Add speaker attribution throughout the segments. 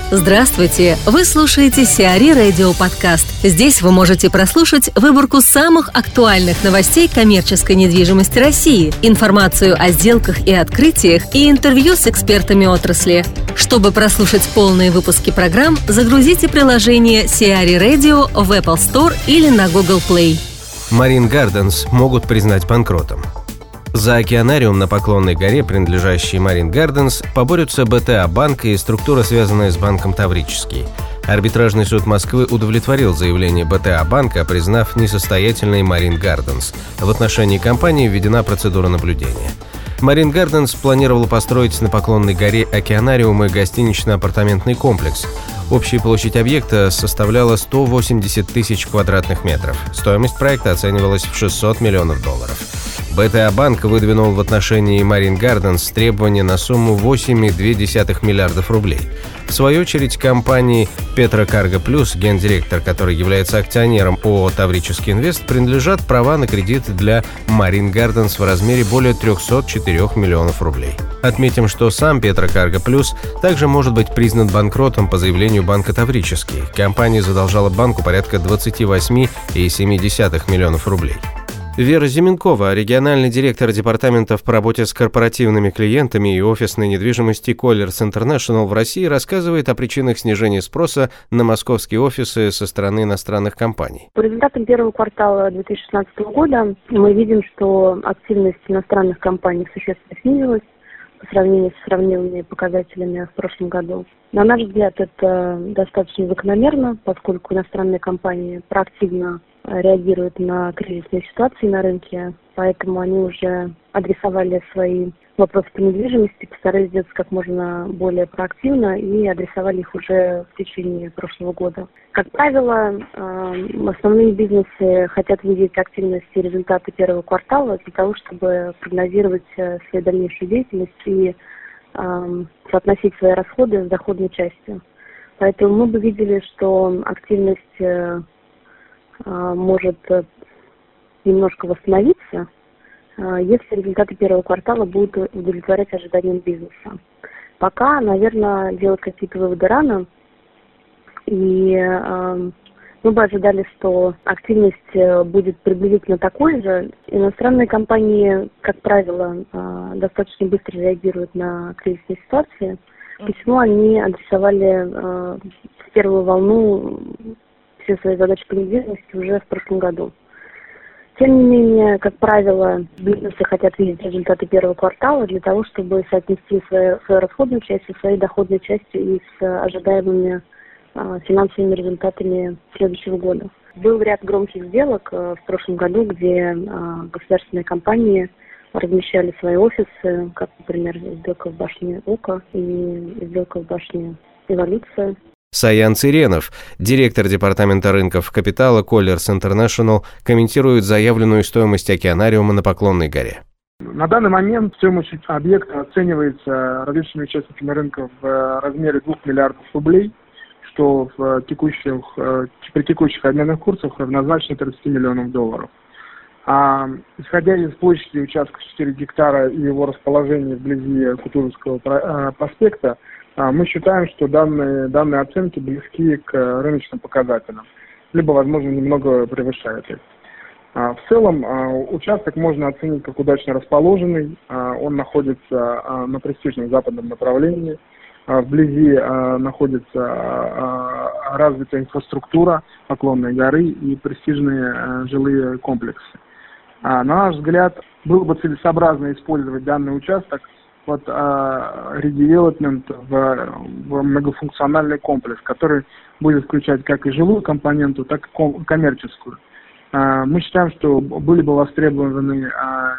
Speaker 1: Здравствуйте! Вы слушаете Сиари Радио Подкаст. Здесь вы можете прослушать выборку самых актуальных новостей коммерческой недвижимости России, информацию о сделках и открытиях и интервью с экспертами отрасли. Чтобы прослушать полные выпуски программ, загрузите приложение Сиари Radio в Apple Store или на Google Play.
Speaker 2: Marine Gardens могут признать банкротом. За океанариум на Поклонной горе, принадлежащий Marine Gardens, поборются БТА Банк и структура, связанная с банком Таврический. Арбитражный суд Москвы удовлетворил заявление БТА Банка, признав несостоятельной Marine Gardens. В отношении компании введена процедура наблюдения. Marine Gardens планировала построить на Поклонной горе океанариум и гостинично-апартаментный комплекс. Общая площадь объекта составляла 180 тысяч квадратных метров. Стоимость проекта оценивалась в $600 миллионов. БТА Банк выдвинул в отношении Marine Gardens требования на сумму 8,2 миллиардов рублей. В свою очередь, компании «Петрокарго Плюс», гендиректор, который является акционером ООО «Таврический Инвест», принадлежат права на кредит для Marine Gardens в размере более 304 миллионов рублей. Отметим, что сам «Петрокарго Плюс» также может быть признан банкротом по заявлению банка «Таврический». Компания задолжала банку порядка 28,7 миллионов рублей. Вера Зименкова, региональный директор департаментов по работе с корпоративными клиентами и офисной недвижимости Colliers International в России, рассказывает о причинах снижения спроса на московские офисы со стороны иностранных компаний.
Speaker 3: По результатам первого квартала 2016 года мы видим, что активность иностранных компаний существенно снизилась по сравнению с сравнительными показателями в прошлом году. На наш взгляд, это достаточно закономерно, поскольку иностранные компании проактивно реагируют на кризисные ситуации на рынке, поэтому они уже адресовали свои вопросы по недвижимости, постарались сделать как можно более проактивно и адресовали их уже в течение прошлого года. Как правило, основные бизнесы хотят видеть активность и результаты первого квартала для того, чтобы прогнозировать свою дальнейшую деятельность и соотносить свои расходы с доходной частью. Поэтому мы бы видели, что активность может немножко восстановиться, если результаты первого квартала будут удовлетворять ожиданиям бизнеса. Пока, наверное, делать какие-то выводы рано, и мы бы ожидали, что активность будет приблизительно такой же. Иностранные компании, как правило, достаточно быстро реагируют на кризисные ситуации, почему они адресовали в первую волну все свои задачи по недвижимости уже в прошлом году. Тем не менее, как правило, бизнесы хотят видеть результаты первого квартала для того, чтобы соотнести свою расходную часть со своей доходной частью и с ожидаемыми финансовыми результатами следующего года. Был ряд громких сделок в прошлом году, где государственные компании размещали свои офисы, как, например, сделка в башне ОКО и сделка в башне Эволюция.
Speaker 2: Саян Циренов, директор департамента рынков капитала Colliers International, комментирует заявленную стоимость океанариума на Поклонной горе.
Speaker 4: На данный момент стоимость объекта оценивается различными участниками рынка в размере 2 миллиардов рублей, что при текущих обменных курсах равнозначно 30 миллионов долларов. Исходя из площади участка 4 гектара и его расположения вблизи Кутузовского проспекта, мы считаем, что данные оценки близки к рыночным показателям, либо, возможно, немного превышают их. В целом, участок можно оценить как удачно расположенный. Он находится на престижном западном направлении. Вблизи находится развитая инфраструктура Поклонной горы и престижные жилые комплексы. На наш взгляд, было бы целесообразно использовать данный участок под редевелопмент в многофункциональный комплекс, который будет включать как и жилую компоненту, так и коммерческую. Мы считаем, что были бы востребованы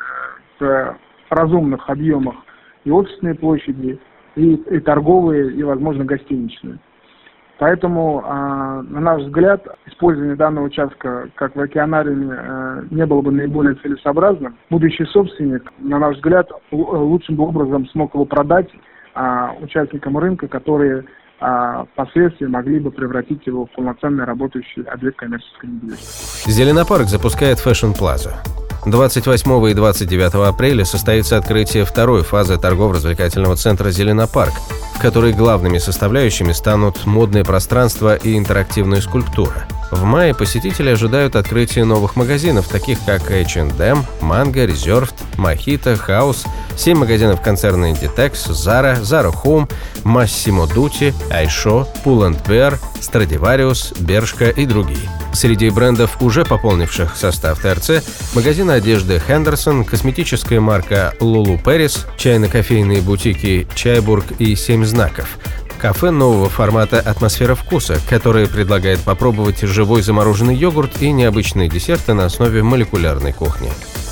Speaker 4: в разумных объемах и офисные площади, и торговые, и, возможно, гостиничные. Поэтому, на наш взгляд, использование данного участка как в океанариуме не было бы наиболее целесообразным. Будущий собственник, на наш взгляд, лучшим образом смог его продать участникам рынка, которые впоследствии могли бы превратить его в полноценный работающий объект коммерческой недвижимости.
Speaker 2: Зеленопарк запускает Fashion Plaza. 28 и 29 апреля состоится открытие второй фазы торгово-развлекательного центра «Зеленопарк», в которой главными составляющими станут модное пространство и интерактивная скульптура. В мае посетители ожидают открытия новых магазинов, таких как H&M, Mango, Reserved, Mojito, House, 7 магазинов концерна Inditex, Zara, Zara Home, Massimo Dutti, Aisho, Pull & Bear, Stradivarius, Bershka и другие. Среди брендов, уже пополнивших состав ТРЦ, магазины одежды Henderson, косметическая марка Lulu Paris, чайно-кофейные бутики Чайбург и 7 знаков, кафе нового формата «Атмосфера вкуса», которое предлагает попробовать живой замороженный йогурт и необычные десерты на основе молекулярной кухни.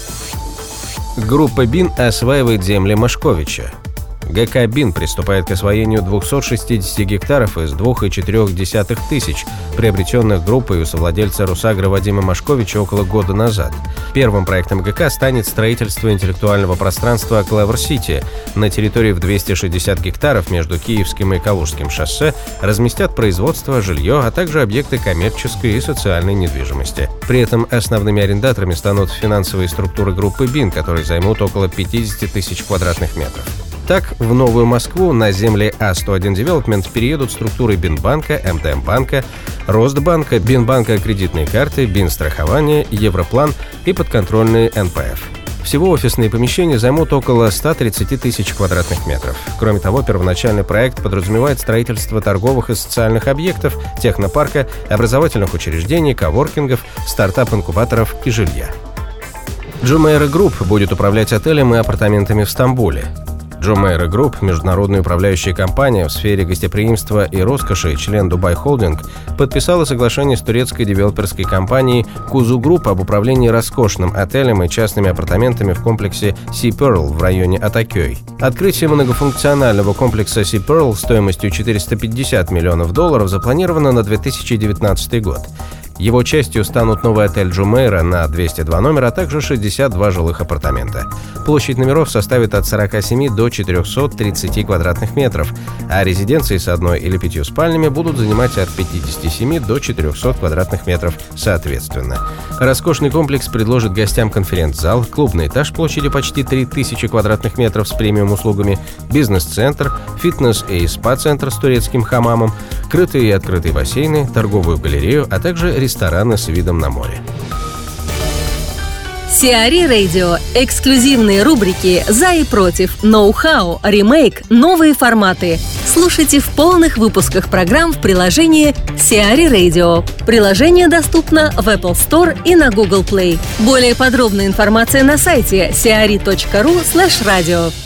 Speaker 2: Группа БИН осваивает земли Машковича. ГК «БИН» приступает к освоению 260 гектаров из 2,4 тысяч, приобретенных группой у совладельца «Русагро» Вадима Машковича около года назад. Первым проектом ГК станет строительство интеллектуального пространства «Клевер-Сити». На территории в 260 гектаров между Киевским и Калужским шоссе разместят производство, жилье, а также объекты коммерческой и социальной недвижимости. При этом основными арендаторами станут финансовые структуры группы БИН, которые займут около 50 тысяч квадратных метров. Так, в Новую Москву на земли А101 Девелопмент переедут структуры Бинбанка, МТМ-банка, Ростбанка, Бинбанка кредитные карты, Бинстрахование, Европлан и подконтрольные НПФ. Всего офисные помещения займут около 130 тысяч квадратных метров. Кроме того, первоначальный проект подразумевает строительство торговых и социальных объектов, технопарка, образовательных учреждений, коворкингов, стартап-инкубаторов и жилья. Jumeirah Group будет управлять отелем и апартаментами в Стамбуле. Jumeirah Group, международная управляющая компания в сфере гостеприимства и роскоши и член Dubai Holding, подписала соглашение с турецкой девелоперской компанией Kuzu Group об управлении роскошным отелем и частными апартаментами в комплексе Sea Pearl в районе Атакёй. Открытие многофункционального комплекса Sea Pearl стоимостью $450 миллионов запланировано на 2019 год. Его частью станут новый отель Jumeirah на 202 номера, а также 62 жилых апартамента. Площадь номеров составит от 47 до 430 квадратных метров, а резиденции с одной или 5 спальнями будут занимать от 57 до 400 квадратных метров соответственно. Роскошный комплекс предложит гостям конференц-зал, клубный этаж площадью почти 3000 квадратных метров с премиум-услугами, бизнес-центр, фитнес- и спа-центр с турецким хамамом, крытые и открытые бассейны, торговую галерею, а также рестораны с видом на море.
Speaker 1: Сиари Радио. Эксклюзивные рубрики «За и против», «Ноу-хау», «Ремейк», «Новые форматы». Слушайте в полных выпусках программ в приложении Сиари Radio. Приложение доступно в Apple Store и на Google Play. Более подробная информация на сайте siari.ru/radio.